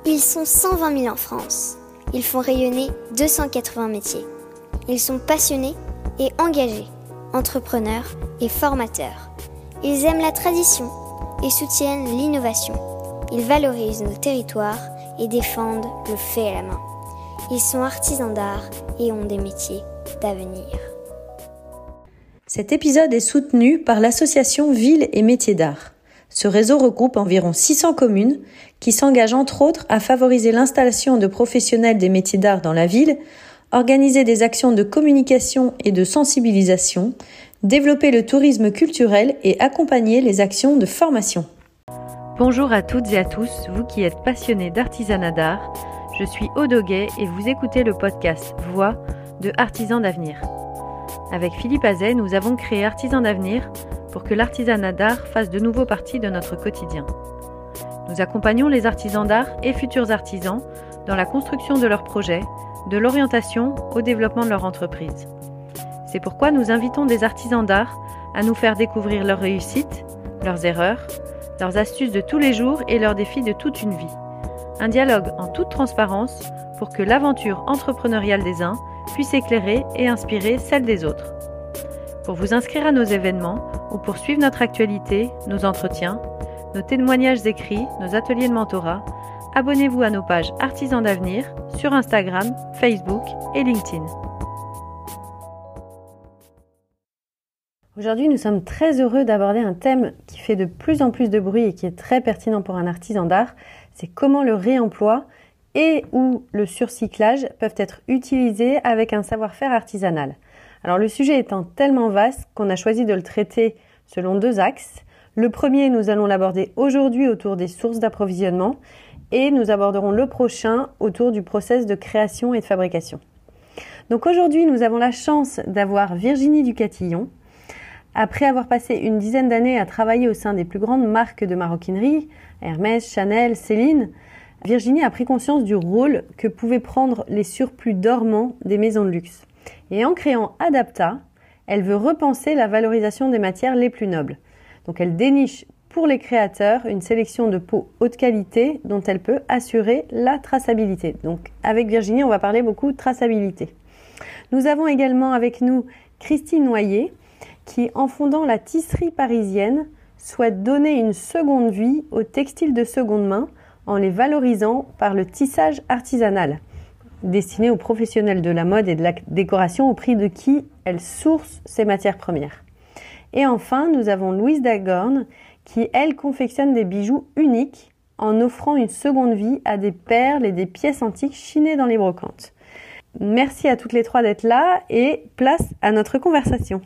Ils sont 120 000 en France. Ils font rayonner 280 métiers. Ils sont passionnés et engagés, entrepreneurs et formateurs. Ils aiment la tradition et soutiennent l'innovation. Ils valorisent nos territoires et défendent le fait à la main. Ils sont artisans d'art et ont des métiers d'avenir. Cet épisode est soutenu par l'association Villes et Métiers d'Art. Ce réseau regroupe environ 600 communes qui s'engagent entre autres à favoriser l'installation de professionnels des métiers d'art dans la ville, organiser des actions de communication et de sensibilisation, développer le tourisme culturel et accompagner les actions de formation. Bonjour à toutes et à tous, vous qui êtes passionnés d'artisanat d'art. Je suis Aude Auguet et vous écoutez le podcast Voix de Artisans d'avenir. Avec Philippe Azet, nous avons créé Artisans d'avenir pour que l'artisanat d'art fasse de nouveau partie de notre quotidien. Nous accompagnons les artisans d'art et futurs artisans dans la construction de leurs projets, de l'orientation au développement de leur entreprise. C'est pourquoi nous invitons des artisans d'art à nous faire découvrir leurs réussites, leurs erreurs, leurs astuces de tous les jours et leurs défis de toute une vie. Un dialogue en toute transparence pour que l'aventure entrepreneuriale des uns puisse éclairer et inspirer celle des autres. Pour vous inscrire à nos événements ou pour suivre notre actualité, nos entretiens, nos témoignages écrits, nos ateliers de mentorat, abonnez-vous à nos pages Artisans d'avenir sur Instagram, Facebook et LinkedIn. Aujourd'hui, nous sommes très heureux d'aborder un thème qui fait de plus en plus de bruit et qui est très pertinent pour un artisan d'art. C'est comment le réemploi et ou le surcyclage peuvent être utilisés avec un savoir-faire artisanal. Alors le sujet étant tellement vaste qu'on a choisi de le traiter selon deux axes. Le premier, nous allons l'aborder aujourd'hui autour des sources d'approvisionnement et nous aborderons le prochain autour du process de création et de fabrication. Donc aujourd'hui, nous avons la chance d'avoir Virginie Ducatillon. Après avoir passé une dizaine d'années à travailler au sein des plus grandes marques de maroquinerie, Hermès, Chanel, Céline, Virginie a pris conscience du rôle que pouvaient prendre les surplus dormants des maisons de luxe. Et en créant Adapta, elle veut repenser la valorisation des matières les plus nobles. Donc elle déniche pour les créateurs une sélection de peaux haute qualité dont elle peut assurer la traçabilité. Donc avec Virginie, on va parler beaucoup de traçabilité. Nous avons également avec nous Christine Noyer qui, en fondant la tisserie parisienne, souhaite donner une seconde vie aux textiles de seconde main en les valorisant par le tissage artisanal, destiné aux professionnels de la mode et de la décoration au prix de qui elle source ses matières premières. Et enfin, nous avons Louise Dagorn qui, elle, confectionne des bijoux uniques en offrant une seconde vie à des perles et des pièces antiques chinées dans les brocantes. Merci à toutes les trois d'être là et place à notre conversation.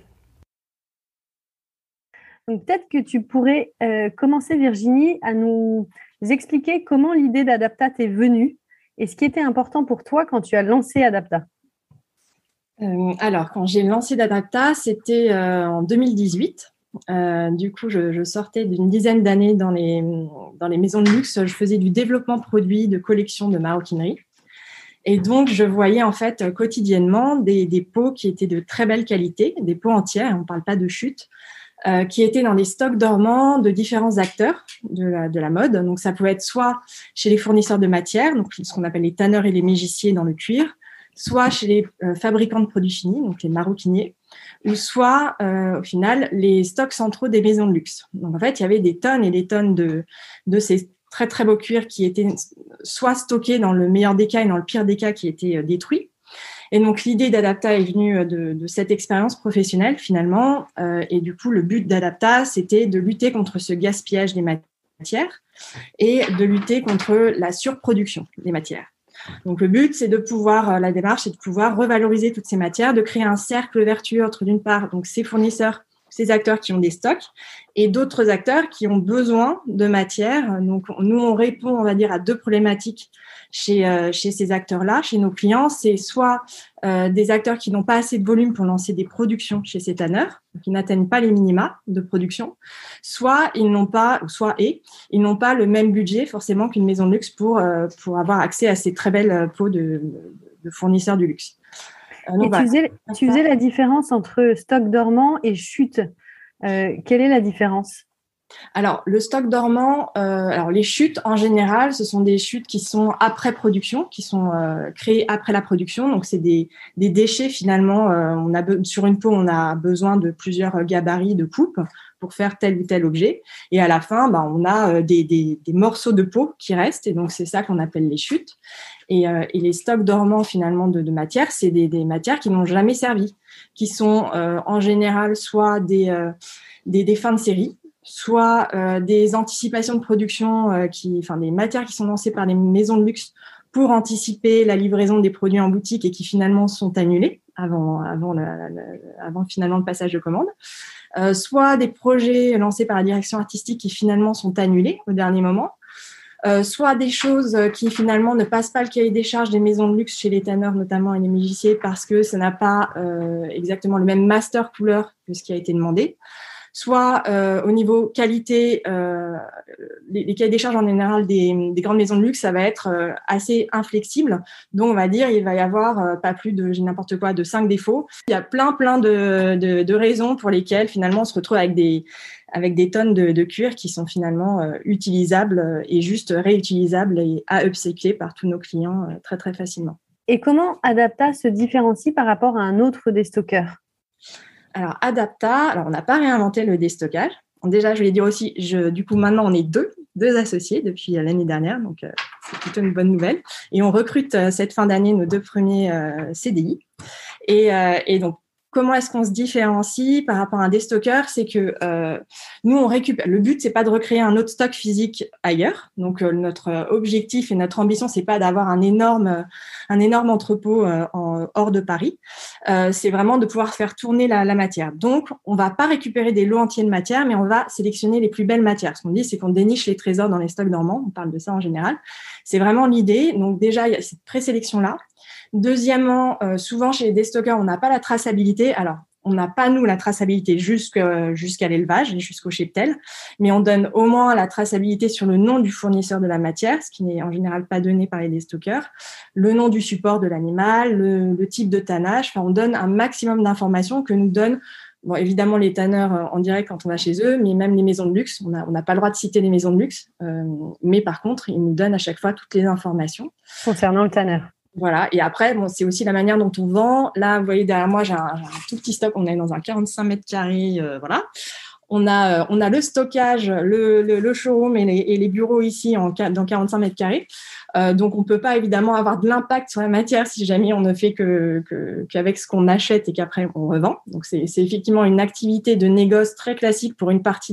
Donc peut-être que tu pourrais commencer, Virginie, à nous expliquer comment l'idée d'Adapta t'est venue et ce qui était important pour toi quand tu as lancé Adapta. Alors, quand j'ai lancé Adapta, c'était en 2018. Du coup, je sortais d'une dizaine d'années dans les maisons de luxe. Je faisais du développement produit, de collection de maroquinerie. Et donc, je voyais en fait quotidiennement des peaux qui étaient de très belle qualité, des peaux entières, on ne parle pas de chute, qui étaient dans les stocks dormants de différents acteurs de la mode. Donc, ça pouvait être soit chez les fournisseurs de matières, donc ce qu'on appelle les tanneurs et les mégissiers dans le cuir, soit chez les fabricants de produits finis, donc les maroquiniers, ou soit, au final, les stocks centraux des maisons de luxe. Donc, en fait, il y avait des tonnes et des tonnes de ces très, très beaux cuirs qui étaient soit stockés dans le meilleur des cas et dans le pire des cas qui étaient détruits. Et donc, l'idée d'Adapta est venue de cette expérience professionnelle, finalement. Et du coup, le but d'Adapta, c'était de lutter contre ce gaspillage des matières et de lutter contre la surproduction des matières. Donc, le but, c'est de pouvoir, la démarche, c'est de pouvoir revaloriser toutes ces matières, de créer un cercle vertueux entre, d'une part, donc ces fournisseurs, ces acteurs qui ont des stocks et d'autres acteurs qui ont besoin de matières. Donc, nous, on répond, on va dire, à deux problématiques chez ces acteurs-là, chez nos clients. C'est soit des acteurs qui n'ont pas assez de volume pour lancer des productions chez ces tanneurs, qui n'atteignent pas les minima de production, soit ils n'ont pas le même budget forcément qu'une maison de luxe pour avoir accès à ces très belles peaux de fournisseurs du luxe. Et tu faisais la différence entre stock dormant et chute. Quelle est la différence ? Alors, le stock dormant, alors les chutes en général, ce sont des chutes qui sont après production, qui sont créées après la production. Donc, c'est des déchets finalement. Sur une peau, on a besoin de plusieurs gabarits de coupe pour faire tel ou tel objet. Et à la fin, on a des morceaux de peau qui restent. Et donc, c'est ça qu'on appelle les chutes. Et les stocks dormants finalement de matière, c'est des matières qui n'ont jamais servi, qui sont en général soit des fins de série, soit des anticipations de production, des matières qui sont lancées par les maisons de luxe pour anticiper la livraison des produits en boutique et qui finalement sont annulées avant finalement le passage de commande. Soit des projets lancés par la direction artistique qui finalement sont annulés au dernier moment. Soit des choses qui finalement ne passent pas le cahier des charges des maisons de luxe chez les tanneurs notamment et les mégissiers parce que ça n'a pas exactement le même master couleur que ce qui a été demandé. Soit au niveau qualité, les cahiers des charges en général des grandes maisons de luxe, ça va être assez inflexible. Donc, on va dire, il va y avoir pas plus de, j'ai n'importe quoi, de 5 défauts. Il y a plein de raisons pour lesquelles finalement on se retrouve avec des tonnes de cuir qui sont finalement utilisables et juste réutilisables et à upcycler par tous nos clients très, très facilement. Et comment Adapta se différencie par rapport à un autre déstockeur ? Alors, Adapta, on n'a pas réinventé le déstockage. Déjà, je voulais dire aussi, du coup, maintenant, on est deux associés depuis l'année dernière, donc c'est plutôt une bonne nouvelle. Et on recrute cette fin d'année nos 2 premiers CDI. Et donc, comment est-ce qu'on se différencie par rapport à un déstockeur ? C'est que nous, on récupère. Le but, c'est pas de recréer un autre stock physique ailleurs. Donc, notre objectif et notre ambition, c'est pas d'avoir un énorme entrepôt hors de Paris. C'est vraiment de pouvoir faire tourner la matière. Donc, on va pas récupérer des lots entiers de matière, mais on va sélectionner les plus belles matières. Ce qu'on dit, c'est qu'on déniche les trésors dans les stocks dormants. On parle de ça en général. C'est vraiment l'idée. Donc, déjà, il y a cette présélection-là. Deuxièmement, souvent chez les déstockeurs, on n'a pas la traçabilité. Alors, on n'a pas, nous, la traçabilité jusqu'à l'élevage et jusqu'au cheptel, mais on donne au moins la traçabilité sur le nom du fournisseur de la matière, ce qui n'est en général pas donné par les déstockeurs, le nom du support de l'animal, le type de tannage. Enfin, on donne un maximum d'informations que nous donnent évidemment les tanneurs en direct quand on va chez eux, mais même les maisons de luxe. On n'a pas le droit de citer les maisons de luxe, mais par contre, ils nous donnent à chaque fois toutes les informations. Concernant le tanneur. Voilà. Et après, c'est aussi la manière dont on vend. Là, vous voyez, derrière moi, j'ai un tout petit stock. On est dans un 45 mètres carrés. Voilà. On a le stockage, le showroom et les bureaux ici dans 45 mètres carrés. Donc, on peut pas évidemment avoir de l'impact sur la matière si jamais on ne fait qu'avec ce qu'on achète et qu'après on revend. Donc, c'est effectivement une activité de négoce très classique pour une partie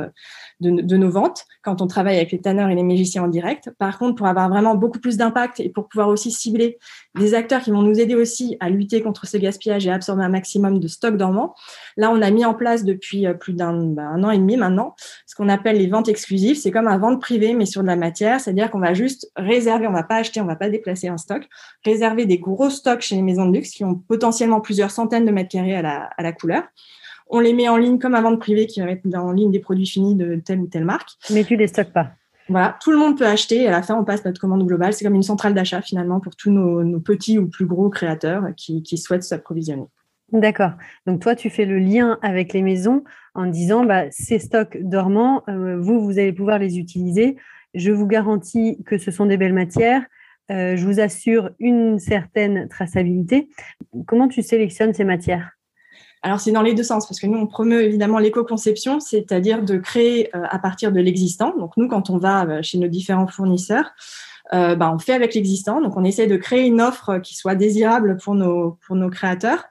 de nos ventes quand on travaille avec les tanneurs et les mégiciens en direct. Par contre, pour avoir vraiment beaucoup plus d'impact et pour pouvoir aussi cibler des acteurs qui vont nous aider aussi à lutter contre ce gaspillage et à absorber un maximum de stock dormant, là, on a mis en place depuis plus d'un an et demi maintenant ce qu'on appelle les ventes exclusives. C'est comme un vente privée, mais sur de la matière. C'est-à-dire qu'on va juste réserver, on va pas acheter, on va pas déplacer un stock, réserver des gros stocks chez les maisons de luxe qui ont potentiellement plusieurs centaines de mètres carrés à la couleur. On les met en ligne comme un vente privée qui va mettre en ligne des produits finis de telle ou telle marque. Mais tu les stockes pas. Voilà, tout le monde peut acheter et à la fin, on passe notre commande globale. C'est comme une centrale d'achat finalement pour tous nos petits ou plus gros créateurs qui souhaitent s'approvisionner. D'accord. Donc, toi, tu fais le lien avec les maisons en disant ces stocks dormants, vous allez pouvoir les utiliser. Je vous garantis que ce sont des belles matières. Je vous assure une certaine traçabilité. Comment tu sélectionnes ces matières ? Alors, c'est dans les deux sens, parce que nous, on promeut évidemment l'éco-conception, c'est-à-dire de créer à partir de l'existant. Donc, nous, quand on va chez nos différents fournisseurs, on fait avec l'existant. Donc, on essaie de créer une offre qui soit désirable pour nos créateurs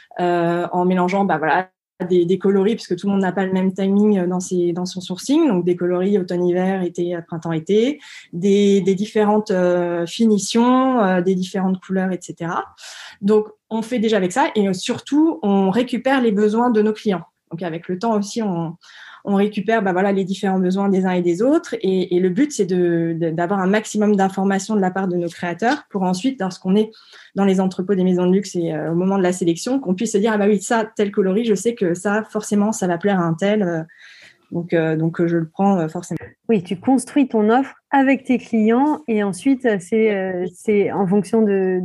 en mélangeant des coloris, parce que tout le monde n'a pas le même timing dans son sourcing. Donc, des coloris automne-hiver, été, printemps-été, des différentes finitions, des différentes couleurs, etc. Donc, on fait déjà avec ça et surtout, on récupère les besoins de nos clients. Donc, avec le temps aussi, on récupère les différents besoins des uns et des autres. Et le but, c'est d'avoir un maximum d'informations de la part de nos créateurs pour ensuite, lorsqu'on est dans les entrepôts des maisons de luxe et au moment de la sélection, qu'on puisse se dire, oui, ça, tel coloris, je sais que ça, forcément, ça va plaire à un tel. Donc, je le prends forcément. Oui, tu construis ton offre avec tes clients et ensuite, c'est en fonction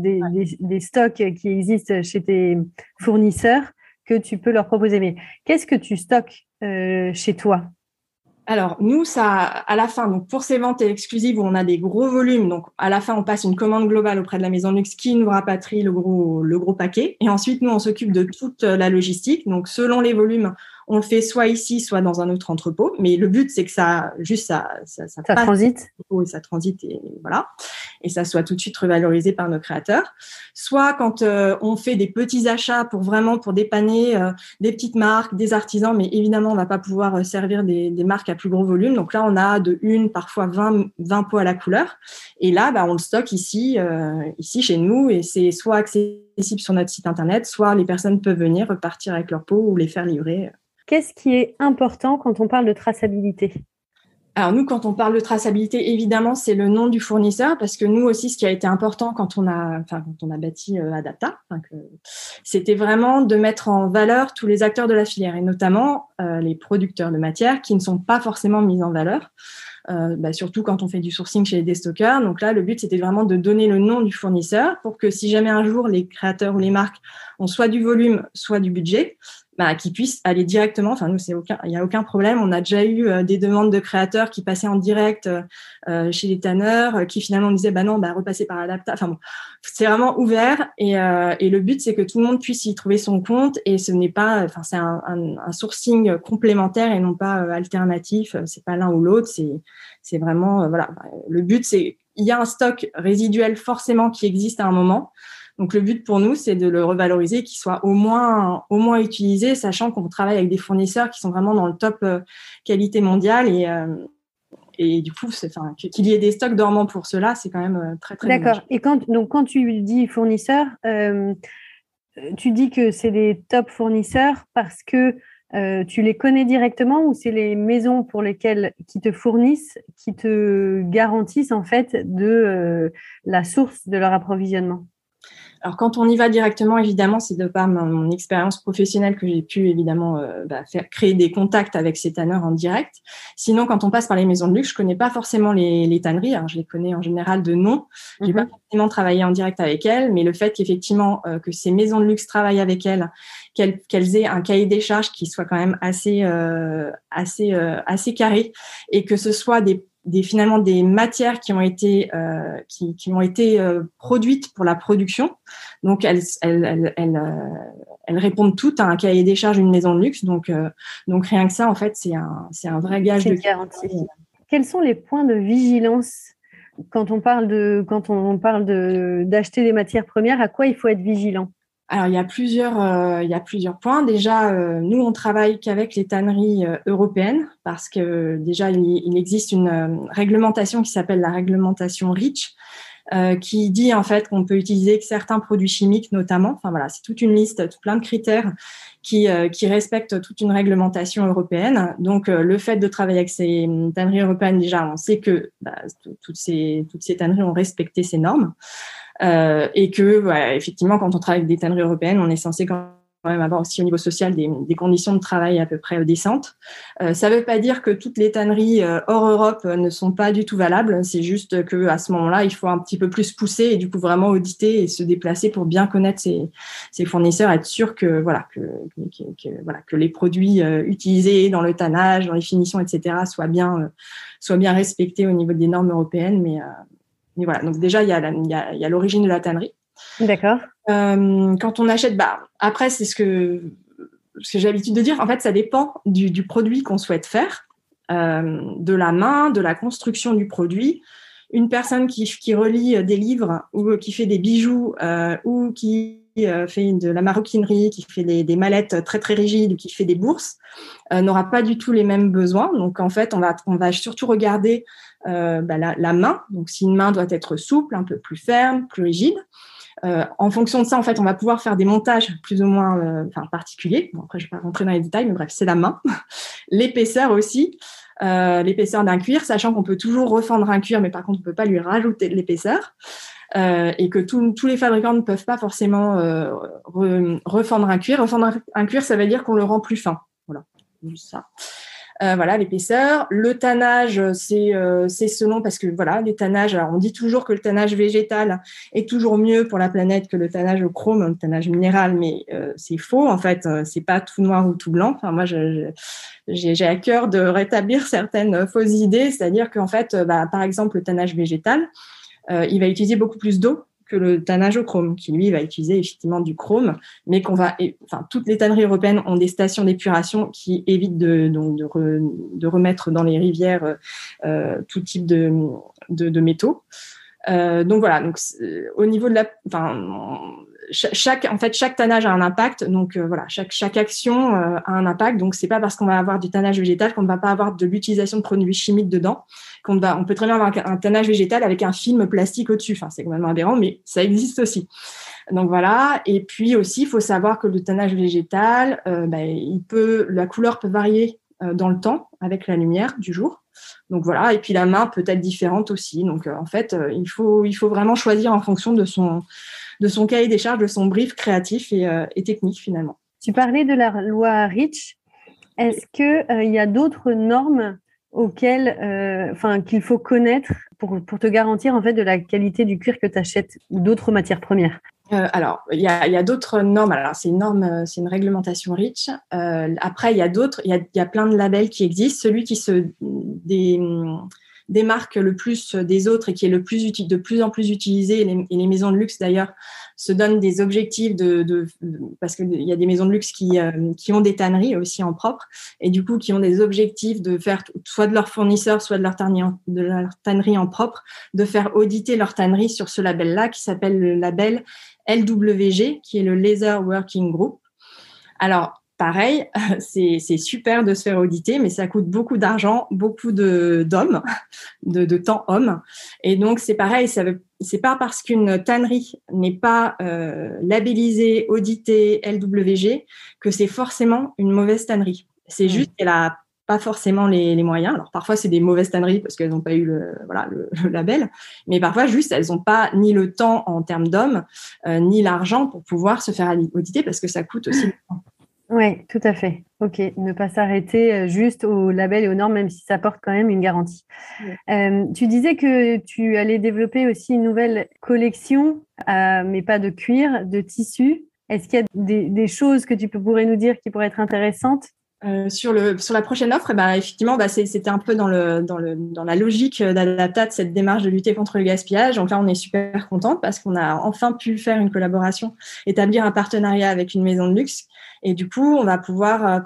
des stocks qui existent chez tes fournisseurs que tu peux leur proposer. Mais qu'est-ce que tu stockes chez toi ? Alors, nous, ça, à la fin, donc pour ces ventes exclusives où on a des gros volumes, donc à la fin, on passe une commande globale auprès de la maison de luxe qui nous rapatrie le gros paquet. Et ensuite, nous, on s'occupe de toute la logistique. Donc, selon les volumes, on le fait soit ici, soit dans un autre entrepôt. Mais le but, c'est que ça passe transite. Et ça transite et voilà. Et ça soit tout de suite revalorisé par nos créateurs. Soit quand on fait des petits achats pour dépanner des petites marques, des artisans, mais évidemment, on va pas pouvoir servir des marques à plus gros volume. Donc là, on a parfois 20 pots à la couleur. Et là, on le stocke ici chez nous et c'est soit accessible sur notre site internet, soit les personnes peuvent venir repartir avec leurs pots ou les faire livrer. Qu'est-ce qui est important quand on parle de traçabilité ? Alors nous, quand on parle de traçabilité, évidemment, c'est le nom du fournisseur, parce que nous aussi, ce qui a été important quand on a bâti Adapta, c'était vraiment de mettre en valeur tous les acteurs de la filière, et notamment les producteurs de matières qui ne sont pas forcément mis en valeur, surtout quand on fait du sourcing chez les déstockeurs. Donc là, le but, c'était vraiment de donner le nom du fournisseur pour que si jamais un jour les créateurs ou les marques ont soit du volume, soit du budget, qui puissent aller directement. Enfin, nous, il n'y a aucun problème. On a déjà eu des demandes de créateurs qui passaient en direct chez les tanneurs, qui finalement disaient, non, repassez par Adapta. Enfin bon, c'est vraiment ouvert et le but, c'est que tout le monde puisse y trouver son compte et ce n'est pas, c'est un sourcing complémentaire et non pas alternatif. C'est pas l'un ou l'autre. C'est vraiment, voilà. Le but, il y a un stock résiduel forcément qui existe à un moment. Donc, le but pour nous, c'est de le revaloriser, qu'il soit au moins utilisé, sachant qu'on travaille avec des fournisseurs qui sont vraiment dans le top qualité mondiale et du coup, qu'il y ait des stocks dormants pour cela, c'est quand même très, très D'accord. dommage. Et quand tu dis fournisseurs, tu dis que c'est des top fournisseurs parce que tu les connais directement ou c'est les maisons qui te fournissent, qui te garantissent en fait de la source de leur approvisionnement? Alors, quand on y va directement, évidemment, c'est de par mon expérience professionnelle que j'ai pu évidemment créer des contacts avec ces tanneurs en direct. Sinon, quand on passe par les maisons de luxe, je connais pas forcément les tanneries. Alors, je les connais en général de nom. J'ai pas forcément travaillé en direct avec elles, mais le fait qu'effectivement que ces maisons de luxe travaillent avec elles, qu'elles aient un cahier des charges qui soit quand même assez carré et que ce soit finalement des matières qui ont été produites pour la production. Donc elles répondent toutes à un cahier des charges d'une maison de luxe. Donc rien que ça, en fait, c'est un vrai gage de garantie. Quels sont les points de vigilance quand on parle d'acheter des matières premières? À quoi il faut être vigilant? Alors, il y a plusieurs points. Déjà, nous, on travaille qu'avec les tanneries européennes parce que déjà, il existe une réglementation qui s'appelle la réglementation REACH qui dit en fait qu'on peut utiliser que certains produits chimiques notamment. Enfin voilà, c'est toute une liste, tout plein de critères qui respectent toute une réglementation européenne. Donc, le fait de travailler avec ces tanneries européennes, déjà, on sait que toutes ces tanneries ont respecté ces normes. Et que, effectivement, quand on travaille avec des tanneries européennes, on est censé quand même avoir aussi au niveau social des conditions de travail à peu près décentes. Ça ne veut pas dire que toutes les tanneries hors Europe ne sont pas du tout valables. C'est juste que à ce moment-là, il faut un petit peu plus pousser et du coup vraiment auditer et se déplacer pour bien connaître ses fournisseurs, être sûr que que les produits utilisés dans le tannage, dans les finitions, etc. soient bien respectés au niveau des normes européennes. Mais voilà, donc déjà, il y a l'origine de la tannerie. D'accord. Quand on achète, après, c'est ce que j'ai l'habitude de dire. En fait, ça dépend du produit qu'on souhaite faire, de la main, de la construction du produit. Une personne qui relit des livres ou qui fait des bijoux ou qui fait de la maroquinerie, qui fait des mallettes très, très rigides ou qui fait des bourses, n'aura pas du tout les mêmes besoins. Donc, en fait, on va surtout regarder la main. Donc, si une main doit être souple, un peu plus ferme, plus rigide. En fonction de ça, en fait, on va pouvoir faire des montages plus ou moins particuliers. Bon, après, je ne vais pas rentrer dans les détails, mais bref, c'est la main. L'épaisseur aussi, l'épaisseur d'un cuir, sachant qu'on peut toujours refendre un cuir, mais par contre, on ne peut pas lui rajouter de l'épaisseur. Et que tous les fabricants ne peuvent pas forcément refendre un cuir. Refendre un cuir, ça veut dire qu'on le rend plus fin. Voilà, juste ça. Voilà, l'épaisseur. Le tannage, c'est selon, parce que voilà, les tannages, alors on dit toujours que le tannage végétal est toujours mieux pour la planète que le tannage au chrome, le tannage minéral, mais c'est faux. En fait, c'est pas tout noir ou tout blanc. Enfin, moi, j'ai à cœur de rétablir certaines fausses idées, c'est-à-dire qu'en fait, par exemple, le tannage végétal, il va utiliser beaucoup plus d'eau que le tannage au chrome, qui lui va utiliser effectivement du chrome, mais toutes les tanneries européennes ont des stations d'épuration qui évitent de remettre dans les rivières tout type de métaux. Donc voilà. Donc au niveau de chaque tannage a un impact. Donc voilà, chaque action a un impact. Donc c'est pas parce qu'on va avoir du tannage végétal qu'on ne va pas avoir de l'utilisation de produits chimiques dedans. On peut très bien avoir un tannage végétal avec un film plastique au-dessus. Enfin, c'est complètement aberrant, mais ça existe aussi. Donc voilà. Et puis aussi, il faut savoir que le tannage végétal, la couleur peut varier dans le temps avec la lumière du jour. Donc voilà. Et puis la main peut être différente aussi. Donc en fait, il faut vraiment choisir en fonction de son cahier des charges, de son brief créatif et technique finalement. Tu parlais de la loi Reach. Est-ce qu'il y a d'autres normes auxquelles, qu'il faut connaître pour te garantir en fait de la qualité du cuir que tu achètes ou d'autres matières premières? Alors, il y a d'autres normes. Alors, c'est une réglementation Reach. Après, il y a d'autres. Il y a plein de labels qui existent. Celui qui se démarque le plus des autres et qui est de plus en plus utilisé, et les maisons de luxe d'ailleurs se donnent des objectifs parce qu'il y a des maisons de luxe qui ont des tanneries aussi en propre, et du coup qui ont des objectifs de faire soit de leurs fournisseurs, soit de leur tannerie en propre, de faire auditer leur tannerie sur ce label-là qui s'appelle le label LWG, qui est le Laser Working Group. Alors, pareil, c'est super de se faire auditer, mais ça coûte beaucoup d'argent, beaucoup de temps homme. Et donc, c'est pareil, c'est pas parce qu'une tannerie n'est pas labellisée, auditée LWG que c'est forcément une mauvaise tannerie. C'est juste qu'elle a pas forcément les moyens. Alors, parfois, c'est des mauvaises tanneries parce qu'elles n'ont pas eu le label. Mais parfois, juste, elles n'ont pas ni le temps en termes d'hommes, ni l'argent pour pouvoir se faire auditer parce que ça coûte aussi. Oui, tout à fait. Ok, ne pas s'arrêter juste au label et aux normes, même si ça porte quand même une garantie. Oui. Tu disais que tu allais développer aussi une nouvelle collection, mais pas de cuir, de tissu. Est-ce qu'il y a des choses que tu pourrais nous dire qui pourraient être intéressantes? Sur la prochaine offre, effectivement, c'était un peu dans la logique d'Adapta, de cette démarche de lutter contre le gaspillage. Donc là, on est super contente parce qu'on a enfin pu faire une collaboration, établir un partenariat avec une maison de luxe. Et du coup, on va pouvoir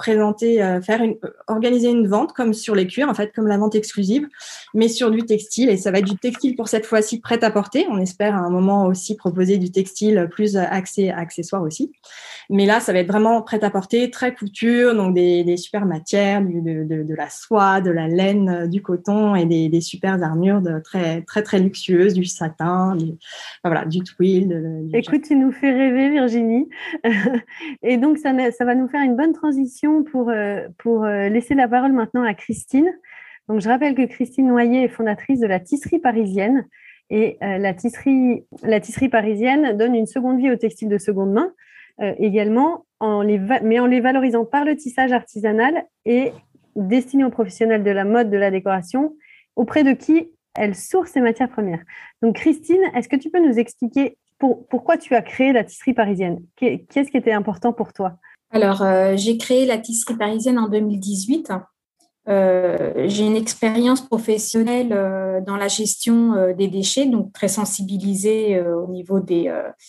organiser une vente comme sur les cuirs, en fait, comme la vente exclusive, mais sur du textile. Et ça va être du textile pour cette fois-ci prêt à porter. On espère à un moment aussi proposer du textile plus axé à accessoires aussi. Mais là, ça va être vraiment prêt à porter, très couture, donc des super matières, de la soie, de la laine, du coton et des super armures très, très, très luxueuses, du satin, du twill. Écoute, tu nous fais rêver, Virginie. Et donc, ça va nous faire une bonne transition pour laisser la parole maintenant à Christine. Donc, je rappelle que Christine Noyer est fondatrice de la Tisserie Parisienne. Et la tisserie parisienne donne une seconde vie aux textiles de seconde main, également, mais en les valorisant par le tissage artisanal et destiné aux professionnels de la mode, de la décoration, auprès de qui elle source ses matières premières. Donc, Christine, est-ce que tu peux nous expliquer pourquoi tu as créé la Tisserie Parisienne? Qu'est-ce qui était important pour toi? Alors, j'ai créé la Tisserie Parisienne en 2018. J'ai une expérience professionnelle dans la gestion des déchets, donc très sensibilisée au niveau des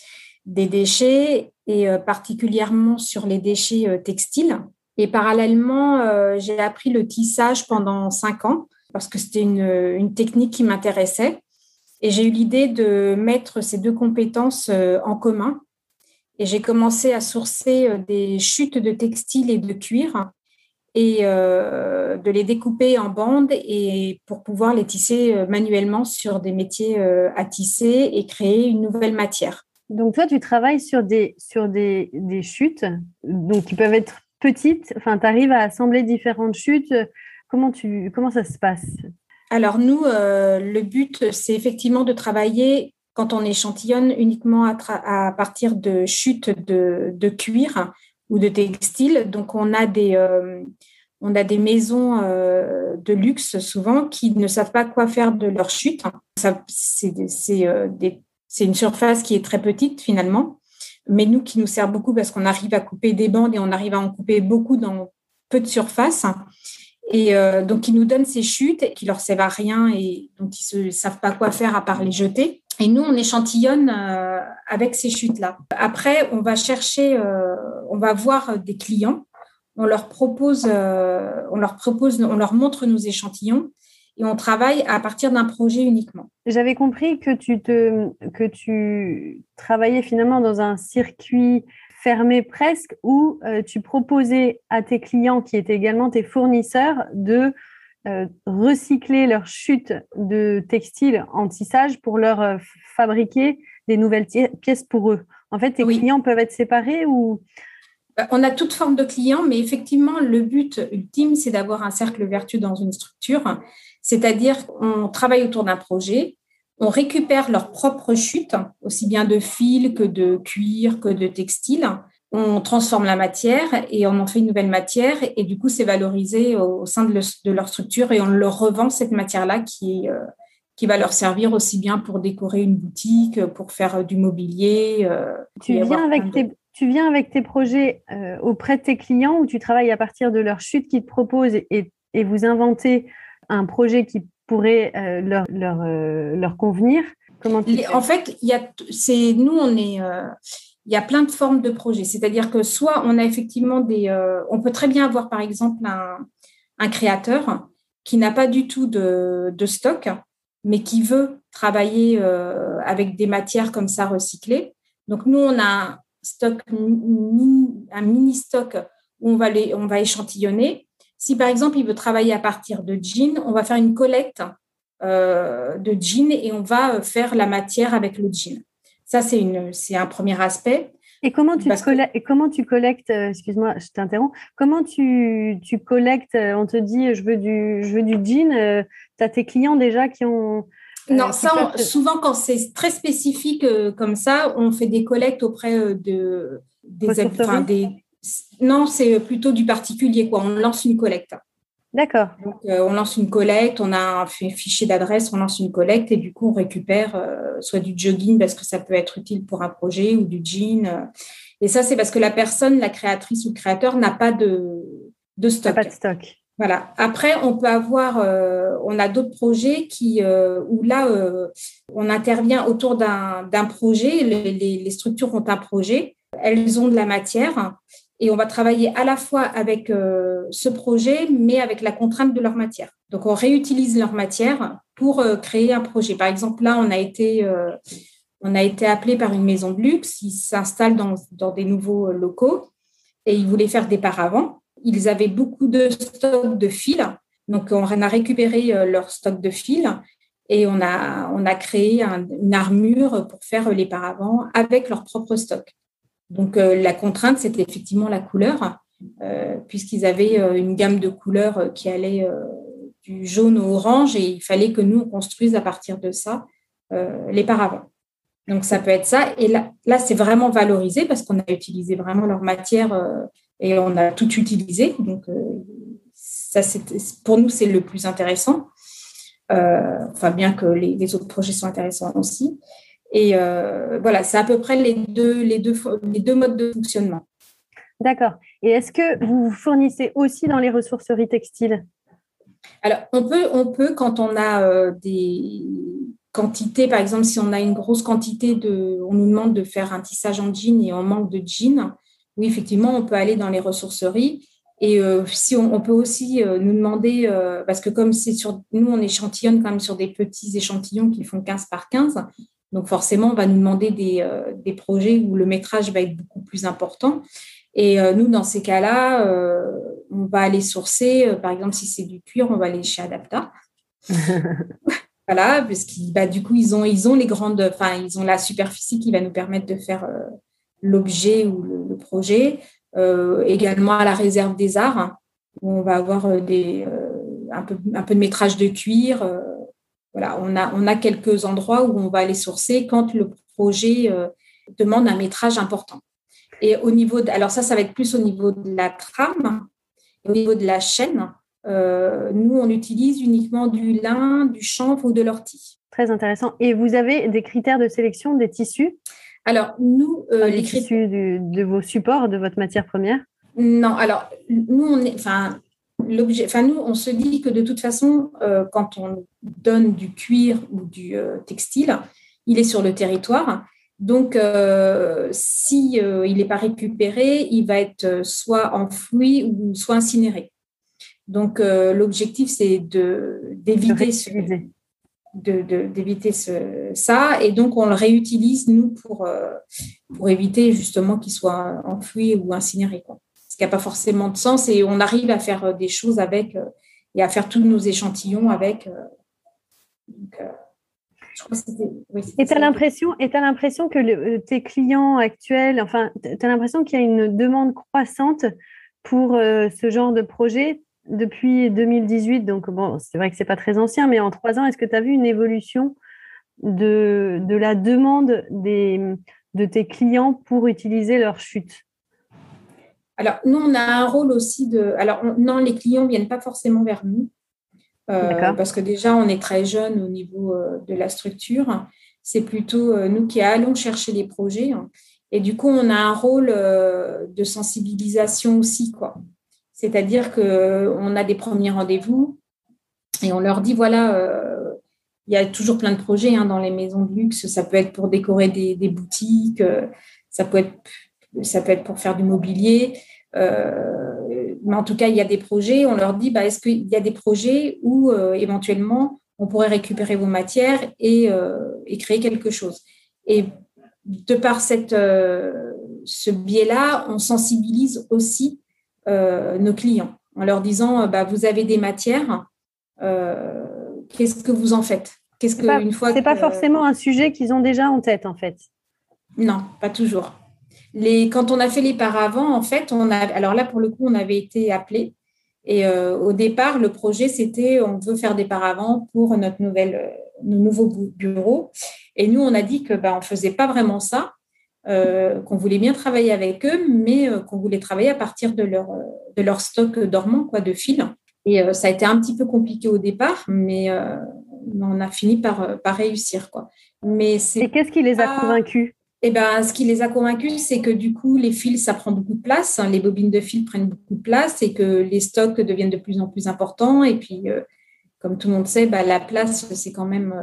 déchets et particulièrement sur les déchets textiles. Et parallèlement, j'ai appris le tissage pendant 5 ans parce que c'était une technique qui m'intéressait. Et j'ai eu l'idée de mettre ces deux compétences en commun. Et j'ai commencé à sourcer des chutes de textiles et de cuir et de les découper en bandes et pour pouvoir les tisser manuellement sur des métiers à tisser et créer une nouvelle matière. Donc, toi, tu travailles sur des chutes donc, qui peuvent être petites. Enfin, tu arrives à assembler différentes chutes. Comment ça se passe? Alors, nous, le but, c'est effectivement de travailler quand on échantillonne uniquement à partir de chutes de cuir ou de textile. Donc, on a On a des maisons de luxe souvent qui ne savent pas quoi faire de leur chute. C'est une surface qui est très petite finalement, mais nous qui nous sert beaucoup parce qu'on arrive à couper des bandes et on arrive à en couper beaucoup dans peu de surface. Et donc, ils nous donnent ces chutes qui leur servent à rien et donc ils ne savent pas quoi faire à part les jeter. Et nous, on échantillonne avec ces chutes-là. Après, on va chercher, on va voir des clients, on leur montre nos échantillons et on travaille à partir d'un projet uniquement. J'avais compris que tu travaillais finalement dans un circuit fermé presque où tu proposais à tes clients qui étaient également tes fournisseurs de recycler leurs chutes de textiles en tissage pour leur fabriquer des nouvelles pièces pour eux. En fait, tes clients peuvent être séparés ou… On a toute forme de clients, mais effectivement, le but ultime, c'est d'avoir un cercle vertueux dans une structure. C'est-à-dire qu'on travaille autour d'un projet, on récupère leurs propres chutes, aussi bien de fil que de cuir, que de textile. On transforme la matière et on en fait une nouvelle matière. Et du coup, c'est valorisé au sein de leur structure et on leur revend cette matière-là qui va leur servir aussi bien pour décorer une boutique, pour faire du mobilier. Tu viens avec tes projets auprès de tes clients ou tu travailles à partir de leurs chutes qu'ils te proposent et vous inventez un projet qui pourrait leur convenir? Comment tu fais ? En fait, il y a plein de formes de projets. C'est-à-dire que soit on a effectivement on peut très bien avoir par exemple un créateur qui n'a pas du tout de stock, mais qui veut travailler avec des matières comme ça recyclées. Donc nous, on a un mini stock où on va échantillonner. Si par exemple il veut travailler à partir de jeans, on va faire une collecte de jeans et on va faire la matière avec le jean. Ça, c'est un premier aspect. Et comment tu collectes, excuse-moi, je t'interromps, comment tu collectes, on te dit je veux du jean, tu as tes clients déjà qui ont… Non, souvent quand c'est très spécifique comme ça, on fait des collectes auprès Non, c'est plutôt du particulier, quoi. On lance une collecte. D'accord. Donc, on lance une collecte, on a un fichier d'adresse, on lance une collecte et du coup, on récupère soit du jogging parce que ça peut être utile pour un projet ou du jean. Et ça, c'est parce que la personne, la créatrice ou le créateur n'a pas de stock. Pas de stock. Voilà. Après, on peut avoir, on a d'autres projets où là, on intervient autour d'un projet. Les structures ont un projet, elles ont de la matière. Et on va travailler à la fois avec ce projet, mais avec la contrainte de leur matière. Donc, on réutilise leur matière pour créer un projet. Par exemple, là, on a été appelé par une maison de luxe. Ils s'installent dans des nouveaux locaux et ils voulaient faire des paravents. Ils avaient beaucoup de stocks de fils. Donc, on a récupéré leur stock de fils et on a créé une armure pour faire les paravents avec leur propre stock. Donc, la contrainte, c'était effectivement la couleur, puisqu'ils avaient une gamme de couleurs qui allait du jaune au orange et il fallait que nous, on construise à partir de ça les paravents. Donc, ça peut être ça. Et là c'est vraiment valorisé parce qu'on a utilisé vraiment leur matière et on a tout utilisé. Donc, ça, pour nous, c'est le plus intéressant. Bien que les autres projets sont intéressants aussi. Et voilà, c'est à peu près les deux modes de fonctionnement. D'accord. Et est-ce que vous fournissez aussi dans les ressourceries textiles ? Alors, on peut quand on a des quantités, par exemple, si on a une grosse quantité on nous demande de faire un tissage en jean et on manque de jean, oui, effectivement, on peut aller dans les ressourceries. Et si on peut aussi nous demander, parce que comme nous, on échantillonne quand même sur des petits échantillons qui font 15 par 15, donc forcément, on va nous demander des projets où le métrage va être beaucoup plus important. Et nous, dans ces cas-là, on va aller sourcer, par exemple, si c'est du cuir, on va aller chez Adapta. Voilà, parce que du coup, ils ont ils ont la superficie qui va nous permettre de faire l'objet ou le projet. Également à la réserve des arts, où on va avoir un peu de métrage de cuir. Voilà, on a quelques endroits où on va aller sourcer quand le projet demande un métrage important. Et alors ça va être plus au niveau de la trame. Au niveau de la chaîne, nous, on utilise uniquement du lin, du chanvre ou de l'ortie. Très intéressant. Et vous avez des critères de sélection des tissus? Alors, nous, les tissus de vos supports, de votre matière première? Non, alors, nous, nous, on se dit que de toute façon, quand on donne du cuir ou du textile, il est sur le territoire. Donc, si il n'est pas récupéré, il va être soit enfoui ou soit incinéré. Donc, l'objectif, c'est d'éviter ça. Et donc, on le réutilise, nous, pour éviter justement qu'il soit enfoui ou incinéré, quoi. Ce qui n'a pas forcément de sens. Et on arrive à faire des choses avec et à faire tous nos échantillons avec. Donc, je crois que et tu as l'impression que tes clients actuels, enfin, tu as l'impression qu'il y a une demande croissante pour ce genre de projet depuis 2018. Donc, bon, c'est vrai que ce n'est pas très ancien, mais en 3 ans, est-ce que tu as vu une évolution de la demande de tes clients pour utiliser leur chute? Alors, nous, on a un rôle aussi non, les clients ne viennent pas forcément vers nous. Parce que déjà, on est très jeune au niveau de la structure. C'est plutôt nous qui allons chercher les projets. Et du coup, on a un rôle de sensibilisation aussi, quoi. C'est-à-dire qu'on a des premiers rendez-vous et on leur dit, voilà, il y a toujours plein de projets dans les maisons de luxe. Ça peut être pour décorer des boutiques, ça peut être pour faire du mobilier. Mais en tout cas, il y a des projets. On leur dit, est-ce qu'il y a des projets où éventuellement on pourrait récupérer vos matières et créer quelque chose. Et de par ce biais-là, on sensibilise aussi nos clients en leur disant, vous avez des matières, qu'est-ce que vous en faites? C'est pas forcément un sujet qu'ils ont déjà en tête, en fait. Non, pas toujours. Quand on a fait les paravents, en fait, alors là, pour le coup, on avait été appelés. Et au départ, le projet, c'était on veut faire des paravents pour nos nouveaux bureaux. Et nous, on a dit que on ne faisait pas vraiment ça, qu'on voulait bien travailler avec eux, mais qu'on voulait travailler à partir de leur stock dormant, quoi, de fils. Et ça a été un petit peu compliqué au départ, mais on a fini par réussir, quoi. Et qu'est-ce qui les a convaincus? Ce qui les a convaincus, c'est que du coup, les fils, ça prend beaucoup de place. Les bobines de fils prennent beaucoup de place et que les stocks deviennent de plus en plus importants. Et puis, comme tout le monde sait, la place, c'est quand même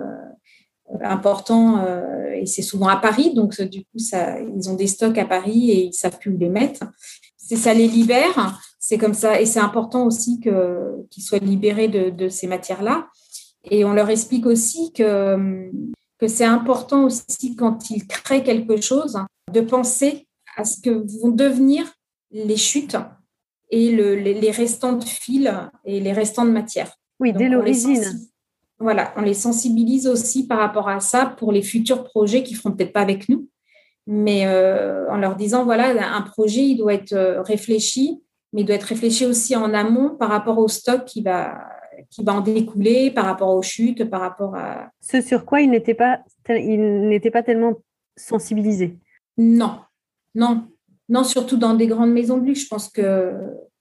important et c'est souvent à Paris. Donc, du coup, ils ont des stocks à Paris et ils ne savent plus où les mettre. Ça les libère. C'est comme ça. Et c'est important aussi qu'ils soient libérés de ces matières-là. Et on leur explique aussi que c'est important aussi quand ils créent quelque chose de penser à ce que vont devenir les chutes et les restants de fils et les restants de matière. Oui, dès l'origine. Voilà, on les sensibilise aussi par rapport à ça pour les futurs projets qu'ils ne feront peut-être pas avec nous, mais en leur disant, voilà, un projet, il doit être réfléchi, mais il doit être réfléchi aussi en amont par rapport au stock qui va en découler, par rapport aux chutes, par rapport à… Ce sur quoi il n'était pas tellement sensibilisé. Non, surtout dans des grandes maisons de luxe. Je pense que…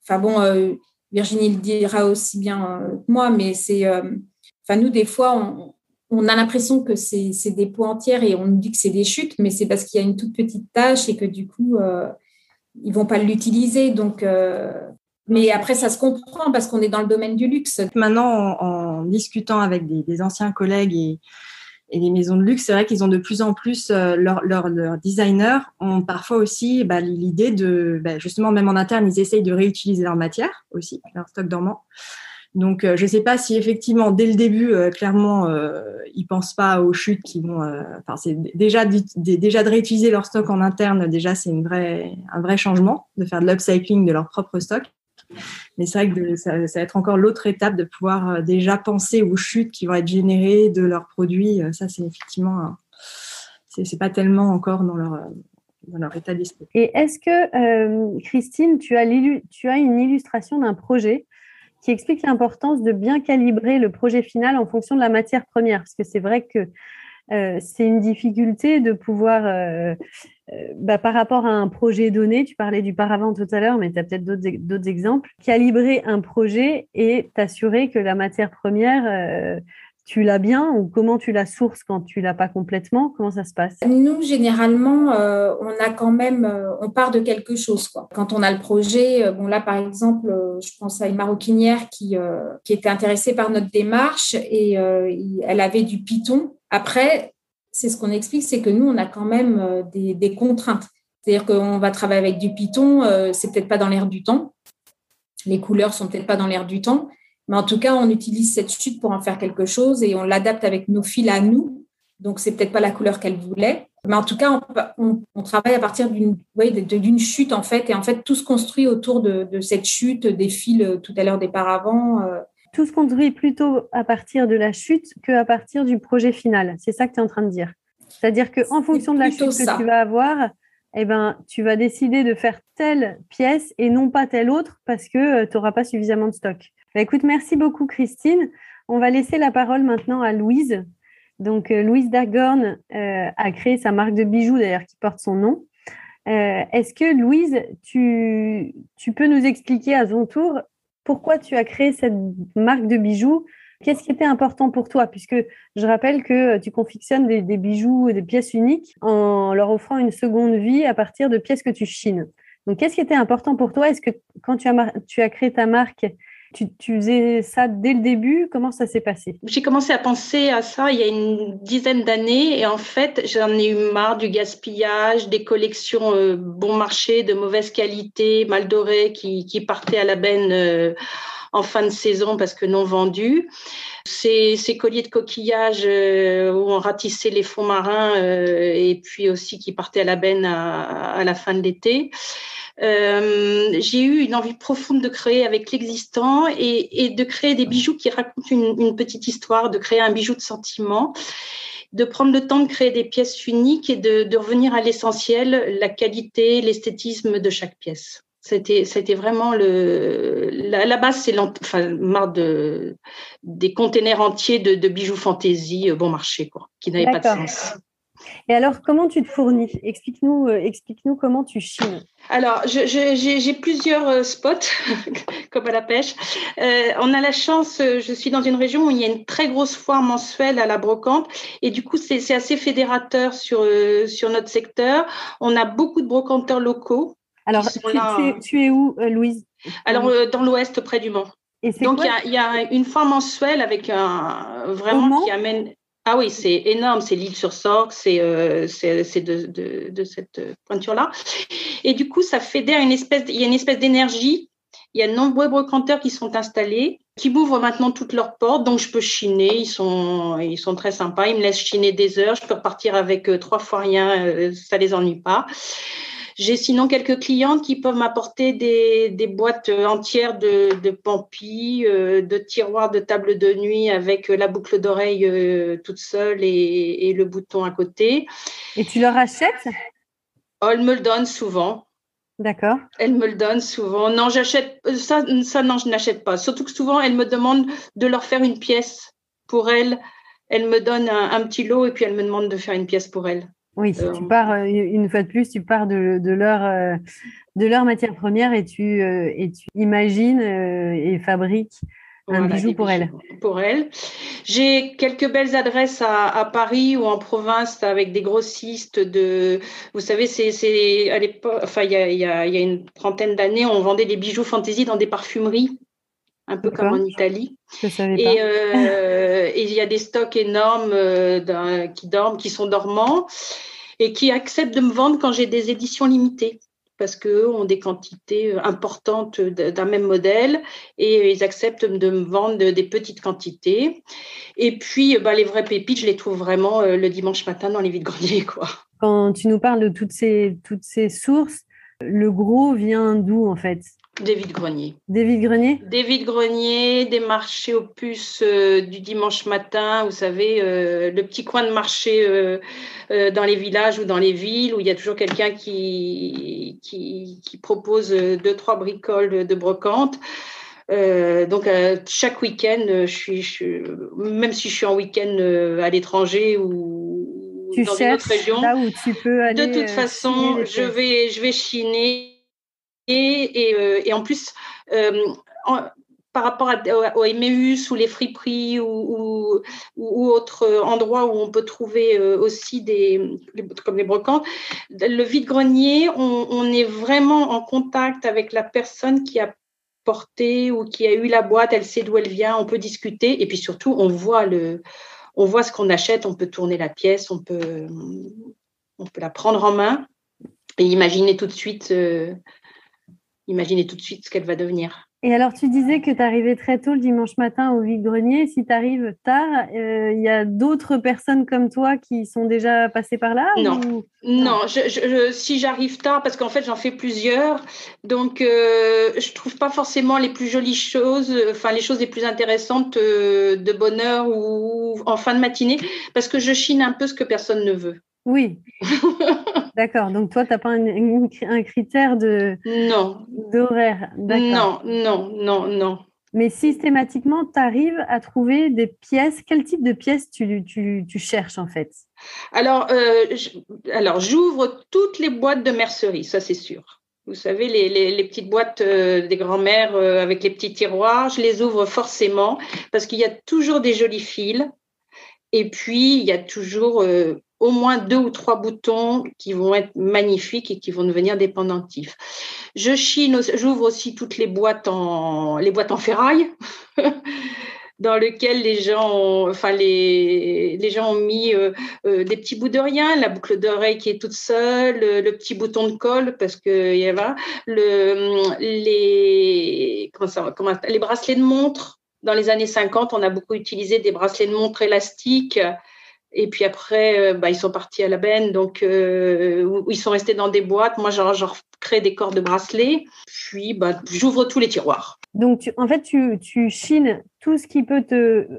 Virginie le dira aussi bien que moi, mais c'est… nous, des fois, on a l'impression que c'est des pots entières et on nous dit que c'est des chutes, mais c'est parce qu'il y a une toute petite tâche et que du coup, ils ne vont pas l'utiliser. Donc… mais après, ça se comprend parce qu'on est dans le domaine du luxe. Maintenant, en discutant avec des anciens collègues et les maisons de luxe, c'est vrai qu'ils ont de plus en plus, leurs designers ont parfois aussi l'idée de, justement, même en interne, ils essayent de réutiliser leur matière aussi, leur stock dormant. Donc, je ne sais pas si effectivement, dès le début, clairement, ils ne pensent pas aux chutes qui vont… c'est déjà de réutiliser leur stock en interne, déjà, c'est un vrai changement de faire de l'upcycling de leur propre stock. Mais c'est vrai que ça va être encore l'autre étape de pouvoir déjà penser aux chutes qui vont être générées de leurs produits. Ça, c'est effectivement… c'est pas tellement encore dans leur état d'esprit. Et est-ce que, Christine, tu as une illustration d'un projet qui explique l'importance de bien calibrer le projet final en fonction de la matière première? Parce que c'est vrai que c'est une difficulté de pouvoir, par rapport à un projet donné, tu parlais du paravent tout à l'heure, mais tu as peut-être d'autres exemples, calibrer un projet et t'assurer que la matière première, tu l'as bien, ou comment tu la sources quand tu l'as pas complètement, comment ça se passe? Nous, généralement, on a quand même, on part de quelque chose, quoi. Quand on a le projet, bon là, par exemple, je pense à une maroquinière qui était intéressée par notre démarche et elle avait du Python. Après, c'est ce qu'on explique, c'est que nous, on a quand même des contraintes. C'est-à-dire qu'on va travailler avec du Python, c'est peut-être pas dans l'air du temps. Les couleurs sont peut-être pas dans l'air du temps. Mais en tout cas, on utilise cette chute pour en faire quelque chose et on l'adapte avec nos fils à nous. Donc, c'est peut-être pas la couleur qu'elle voulait. Mais en tout cas, on travaille à partir d'une chute, en fait. Et en fait, tout se construit autour de cette chute, des fils, tout à l'heure, des paravents. Tout se construit plutôt à partir de la chute qu'à partir du projet final. C'est ça que tu es en train de dire. C'est-à-dire qu'en fonction de la chute que tu vas avoir, eh ben, tu vas décider de faire telle pièce et non pas telle autre parce que tu n'auras pas suffisamment de stock. Écoute, merci beaucoup Christine. On va laisser la parole maintenant à Louise. Donc, Louise Dagorn a créé sa marque de bijoux, d'ailleurs, qui porte son nom. Est-ce que, Louise, tu peux nous expliquer à ton tour pourquoi tu as créé cette marque de bijoux? Qu'est-ce qui était important pour toi? Puisque je rappelle que tu confectionnes des bijoux et des pièces uniques en leur offrant une seconde vie à partir de pièces que tu chines. Donc, qu'est-ce qui était important pour toi? Est-ce que quand tu as créé ta marque, tu faisais ça dès le début? Comment ça s'est passé? J'ai commencé à penser à ça il y a une dizaine d'années et en fait, j'en ai eu marre du gaspillage, des collections bon marché, de mauvaise qualité, mal dorées qui partaient à la benne en fin de saison parce que non vendus. Ces colliers de coquillages où on ratissait les fonds marins et puis aussi qui partaient à la benne à la fin de l'été. J'ai eu une envie profonde de créer avec l'existant et de créer des bijoux qui racontent une petite histoire, de créer un bijou de sentiment, de prendre le temps de créer des pièces uniques et de revenir à l'essentiel, la qualité, l'esthétisme de chaque pièce. C'était vraiment la base, c'est marre des containers entiers de bijoux fantaisie bon marché, quoi, qui n'avaient pas de sens. Et alors, comment tu te fournis? Explique-nous comment tu chines. Alors, j'ai plusieurs spots, comme à la pêche. On a la chance, je suis dans une région où il y a une très grosse foire mensuelle à la brocante. Et du coup, c'est assez fédérateur sur notre secteur. On a beaucoup de brocanteurs locaux. Alors, tu es où, Louise? Alors, dans l'ouest, près du Mans. Donc, il y a une foire mensuelle avec vraiment qui amène… Ah oui, c'est énorme, c'est l'Île-sur-Sorgue, c'est de cette pointure-là. Et du coup, ça fédère il y a une espèce d'énergie. Il y a de nombreux brocanteurs qui sont installés, qui m'ouvrent maintenant toutes leurs portes, donc je peux chiner. Ils sont très sympas, ils me laissent chiner des heures. Je peux repartir avec 3 fois rien, ça les ennuie pas. J'ai sinon quelques clientes qui peuvent m'apporter des boîtes entières de pampis, de tiroirs de table de nuit avec la boucle d'oreille toute seule et le bouton à côté. Et tu leur achètes? Oh, elles me le donnent souvent. D'accord. Elles me le donnent souvent. Non, j'achète ça. Non, je n'achète pas. Surtout que souvent, elles me demandent de leur faire une pièce pour elles. Elles me donnent un petit lot et puis elles me demandent de faire une pièce pour elles. Oui, tu pars une fois de plus, tu pars de leur matière première et tu imagines et fabriques un bijou pour elles. Pour elles. J'ai quelques belles adresses à Paris ou en province avec des grossistes vous savez, c'est à l'époque, enfin il y a une trentaine d'années, on vendait des bijoux fantaisie dans des parfumeries. Un peu comme en Italie. Je savais pas. Et il y a des stocks énormes qui sont dormants et qui acceptent de me vendre quand j'ai des éditions limitées parce qu'eux ont des quantités importantes d'un même modèle et ils acceptent de me vendre des petites quantités. Et puis, les vraies pépites, je les trouve vraiment le dimanche matin dans les vide-greniers, quoi. Quand tu nous parles de toutes ces sources, le gros vient d'où en fait? Des vide-greniers. Des vide-greniers? Des vide-greniers, des marchés aux puces du dimanche matin, vous savez, le petit coin de marché dans les villages ou dans les villes où il y a toujours quelqu'un qui propose 2-3 bricoles de brocante. Donc, chaque week-end, même si je suis en week-end à l'étranger ou tu dans une cherches autre région. là où tu peux aller. De toute façon, je vais chiner et en plus, par rapport au Emmaüs ou les friperies ou autres endroits où on peut trouver aussi comme les brocantes, le vide-grenier, on est vraiment en contact avec la personne qui a porté ou qui a eu la boîte, elle sait d'où elle vient, on peut discuter et puis surtout on voit ce qu'on achète, on peut tourner la pièce, on peut la prendre en main et imaginer tout de suite ce qu'elle va devenir. Et alors, tu disais que tu arrivais très tôt le dimanche matin au vide-grenier. Si tu arrives tard, il y a d'autres personnes comme toi qui sont déjà passées par là Non, si j'arrive tard, parce qu'en fait, j'en fais plusieurs, donc je trouve pas forcément les plus jolies choses, enfin les choses les plus intéressantes de bonne heure ou en fin de matinée, parce que je chine un peu ce que personne ne veut. Oui. D'accord. Donc, toi, tu n'as pas un critère d'horaire. D'accord. Non. Mais systématiquement, tu arrives à trouver des pièces. Quel type de pièces tu cherches, en fait? Alors, j'ouvre toutes les boîtes de mercerie, ça, c'est sûr. Vous savez, les petites boîtes des grands-mères avec les petits tiroirs, je les ouvre forcément parce qu'il y a toujours des jolis fils. Et puis, il y a toujours au moins 2 ou 3 boutons qui vont être magnifiques et qui vont devenir des pendentifs. J'ouvre aussi toutes les boîtes en ferraille dans lesquelles les gens ont mis des petits bouts de rien, la boucle d'oreille qui est toute seule, le petit bouton de colle parce que y a les bracelets de montre. Dans les années 50, on a beaucoup utilisé des bracelets de montre élastiques. Et puis après, ils sont partis à la benne, donc ils sont restés dans des boîtes. Moi, j'en crée des corps de bracelets. Puis, j'ouvre tous les tiroirs. Donc, tu chines tout ce qui peut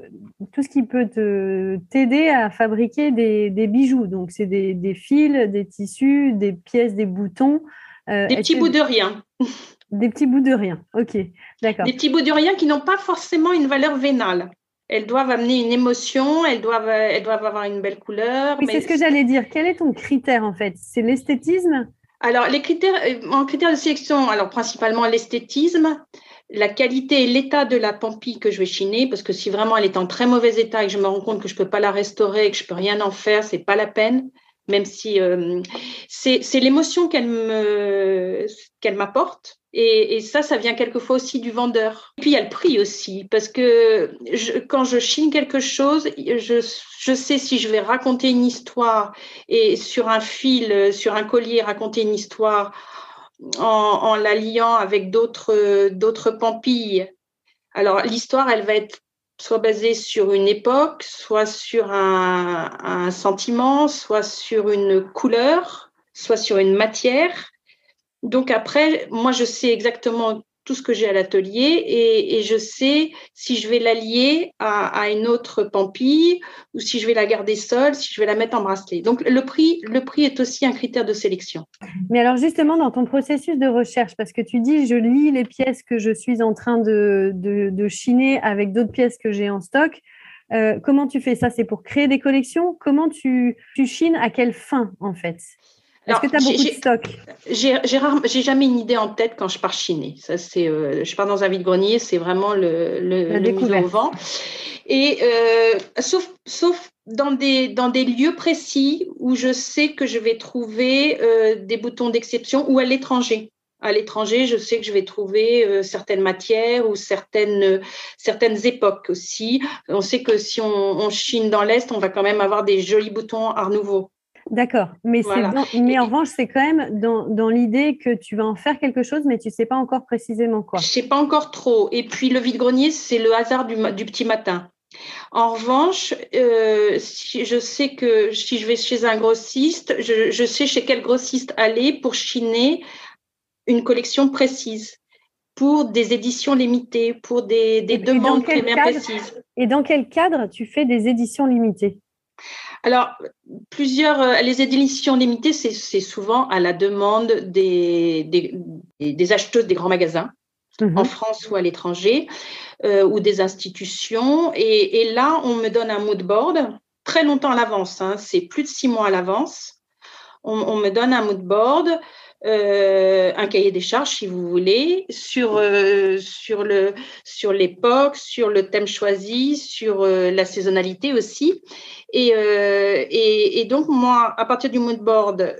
t'aider à fabriquer des bijoux. Donc, c'est des fils, des tissus, des pièces, des boutons. Des petits bouts de rien. Des petits bouts de rien, ok, d'accord. Des petits bouts de rien qui n'ont pas forcément une valeur vénale. Elles doivent amener une émotion, elles doivent avoir une belle couleur. Oui, c'est ce que j'allais dire. Quel est ton critère en fait? C'est l'esthétisme? Alors, les critères de sélection, alors principalement l'esthétisme, la qualité et l'état de la pampille que je vais chiner, parce que si vraiment elle est en très mauvais état et que je me rends compte que je ne peux pas la restaurer et que je ne peux rien en faire, ce n'est pas la peine. Même si c'est l'émotion qu'elle m'apporte. Et ça vient quelquefois aussi du vendeur. Et puis, il y a le prix aussi, parce que quand je chine quelque chose, je sais si je vais raconter une histoire et sur un fil, sur un collier, raconter une histoire en la liant avec d'autres pampilles. Alors, l'histoire, elle va être soit basée sur une époque, soit sur un sentiment, soit sur une couleur, soit sur une matière. Donc après, moi, je sais exactement tout ce que j'ai à l'atelier et je sais si je vais la lier à une autre pampille ou si je vais la garder seule, si je vais la mettre en bracelet. Donc, le prix est aussi un critère de sélection. Mais alors justement, dans ton processus de recherche, parce que tu dis, je lis les pièces que je suis en train de chiner avec d'autres pièces que j'ai en stock, comment tu fais ça? C'est pour créer des collections? Comment tu chines? À quelle fin, en fait? Est-ce que tu as beaucoup de stock? J'ai jamais une idée en tête quand je pars chiner. Ça, je pars dans un vide-grenier, c'est vraiment le museau au vent. Et sauf dans des lieux précis où je sais que je vais trouver des boutons d'exception ou à l'étranger. À l'étranger, je sais que je vais trouver certaines matières ou certaines époques aussi. On sait que si on chine dans l'Est, on va quand même avoir des jolis boutons Art Nouveau. D'accord, mais, voilà. Mais en revanche, c'est quand même dans l'idée que tu vas en faire quelque chose, mais tu ne sais pas encore précisément quoi. Je ne sais pas encore trop. Et puis, le vide-grenier, c'est le hasard du petit matin. En revanche, je sais que si je vais chez un grossiste, je sais chez quel grossiste aller pour chiner une collection précise, pour des éditions limitées, pour des demandes très bien précises. Et dans quel cadre tu fais des éditions limitées? Alors, les éditions limitées, c'est souvent à la demande des acheteuses des grands magasins, en France ou à l'étranger, ou des institutions. Et là, on me donne un mood board très longtemps à l'avance, hein, c'est plus de 6 mois à l'avance. On me donne un mood board, un cahier des charges, si vous voulez, sur l'époque, sur le thème choisi, sur la saisonnalité aussi. Et donc, moi, à partir du mood board,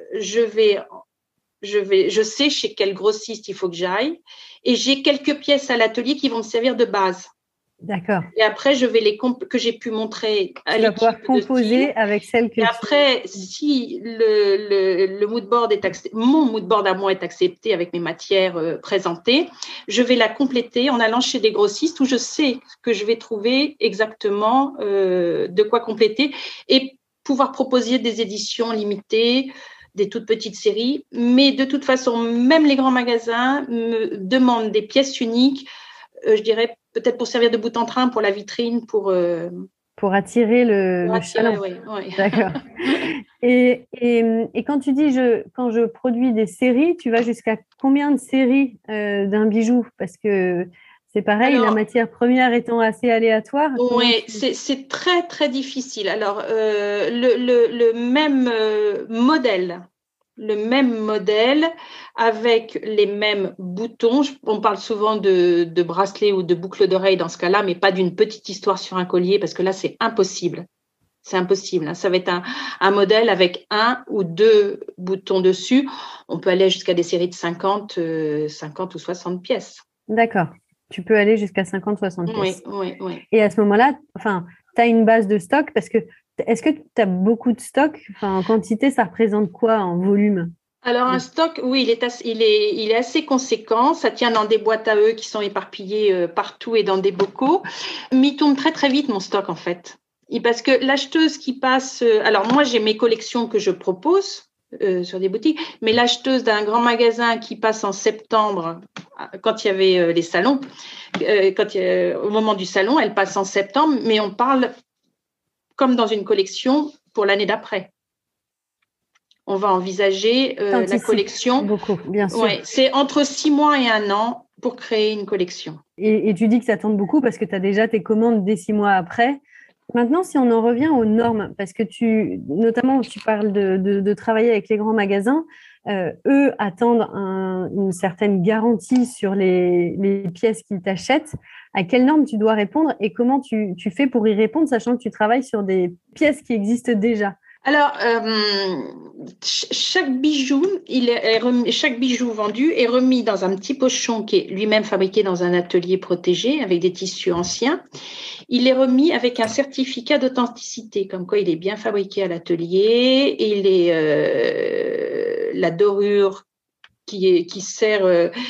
je sais chez quel grossiste il faut que j'aille. Et j'ai quelques pièces à l'atelier qui vont me servir de base. D'accord. Et après, je vais que j'ai pu montrer à l'équipe. Tu vas pouvoir composer avec celles que et après, si le mood board mon mood board à moi est accepté avec mes matières présentées, je vais la compléter en allant chez des grossistes où je sais que je vais trouver exactement de quoi compléter et pouvoir proposer des éditions limitées, des toutes petites séries. Mais de toute façon, même les grands magasins me demandent des pièces uniques, je dirais peut-être pour servir de bout en train, pour la vitrine, pour attirer le chaland. Oui. D'accord. Et quand tu dis quand je produis des séries, tu vas jusqu'à combien de séries d'un bijou? Parce que c'est pareil, la matière première étant assez aléatoire. Oui, c'est très, très difficile. Alors, le même modèle avec les mêmes boutons. On parle souvent de bracelets ou de boucles d'oreilles dans ce cas-là, mais pas d'une petite histoire sur un collier parce que là, c'est impossible. C'est impossible. Hein. Ça va être un modèle avec 1 ou 2 boutons dessus. On peut aller jusqu'à des séries de 50 ou 60 pièces. D'accord. Tu peux aller jusqu'à 50-60 pièces. Oui. Et à ce moment-là, tu as une base de stock parce que est-ce que tu as beaucoup de stock? En quantité, ça représente quoi en volume? Alors, un stock, oui, il est assez conséquent. Ça tient dans des boîtes à eux qui sont éparpillées partout et dans des bocaux. Mais il tourne très, très vite, mon stock, en fait. Et parce que l'acheteuse qui passe… alors, moi, j'ai mes collections que je propose sur des boutiques, mais l'acheteuse d'un grand magasin qui passe en septembre, quand il y avait les salons, au moment du salon, elle passe en septembre, mais on parle comme dans une collection pour l'année d'après. On va envisager la collection. Beaucoup, bien sûr. Ouais, c'est entre 6 mois et 1 an pour créer une collection. Et tu dis que ça tente beaucoup parce que tu as déjà tes commandes dès 6 mois après. Maintenant, si on en revient aux normes, parce que tu parles de travailler avec les grands magasins, eux attendent une certaine garantie sur les pièces qu'ils t'achètent. À quelles normes tu dois répondre et comment tu fais pour y répondre, sachant que tu travailles sur des pièces qui existent déjà? Alors, chaque bijou vendu est remis dans un petit pochon qui est lui-même fabriqué dans un atelier protégé avec des tissus anciens. Il est remis avec un certificat d'authenticité, comme quoi il est bien fabriqué à l'atelier. La dorure qui sert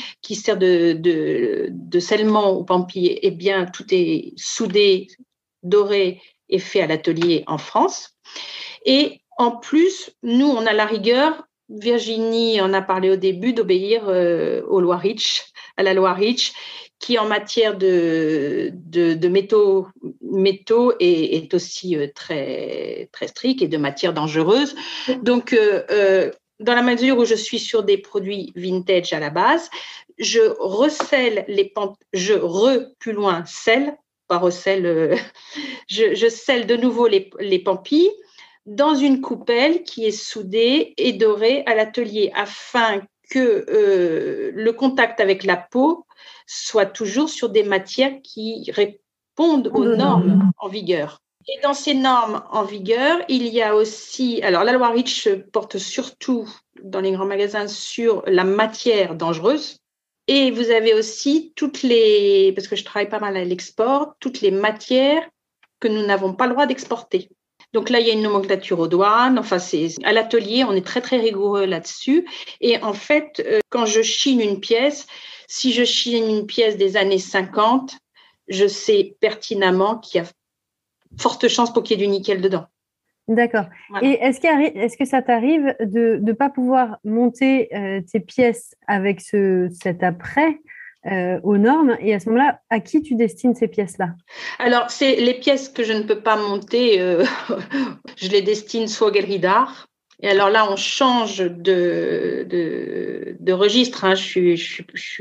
de scellement au pampi, eh bien, tout est soudé, doré et fait à l'atelier en France. Et en plus, nous, on a la rigueur, Virginie en a parlé au début, d'obéir à la loi Rich, qui en matière de métaux est aussi très, très strict et de matières dangereuses. Donc, dans la mesure où je suis sur des produits vintage à la base, je recèle plus loin, scelle, pas recèle, je scelle de nouveau les pampilles dans une coupelle qui est soudée et dorée à l'atelier afin que le contact avec la peau soit toujours sur des matières qui répondent aux normes en vigueur. Et dans ces normes en vigueur, il y a aussi… Alors, la loi Rich porte surtout dans les grands magasins sur la matière dangereuse. Et vous avez aussi parce que je travaille pas mal à l'export, toutes les matières que nous n'avons pas le droit d'exporter. Donc là, il y a une nomenclature aux douanes. Enfin, à l'atelier, on est très, très rigoureux là-dessus. Et en fait, quand je chine une pièce, si je chine une pièce des années 50, je sais pertinemment qu'il y a forte chance pour qu'il y ait du nickel dedans. D'accord. Voilà. Et est-ce que ça t'arrive de ne pas pouvoir monter tes pièces avec cet après aux normes, et à ce moment-là, à qui tu destines ces pièces-là? Alors, c'est les pièces que je ne peux pas monter, je les destine soit aux galeries d'art. Et alors là, on change de registre. Hein. Je suis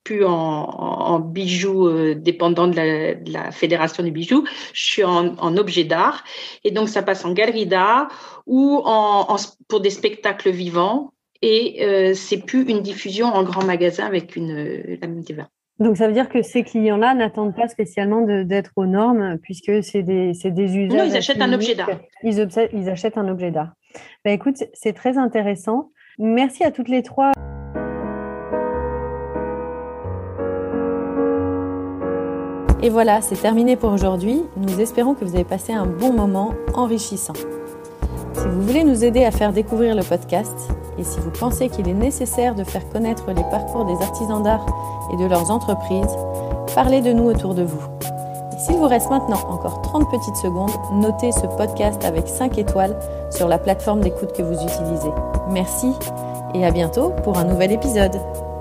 plus en bijoux dépendant de la Fédération du bijou. Je suis en objet d'art. Et donc, ça passe en galerie d'art ou pour des spectacles vivants. Et c'est plus une diffusion en grand magasin avec la même TVA. Donc, ça veut dire que ces clients-là n'attendent pas spécialement d'être aux normes puisque c'est des usages. Non, ils achètent un objet d'art. Ils achètent un objet d'art. Écoute, c'est très intéressant. Merci à toutes les trois. Et voilà, c'est terminé pour aujourd'hui. Nous espérons que vous avez passé un bon moment enrichissant. Si vous voulez nous aider à faire découvrir le podcast et si vous pensez qu'il est nécessaire de faire connaître les parcours des artisans d'art et de leurs entreprises, parlez de nous autour de vous. Et s'il vous reste maintenant encore 30 petites secondes, notez ce podcast avec 5 étoiles sur la plateforme d'écoute que vous utilisez. Merci et à bientôt pour un nouvel épisode.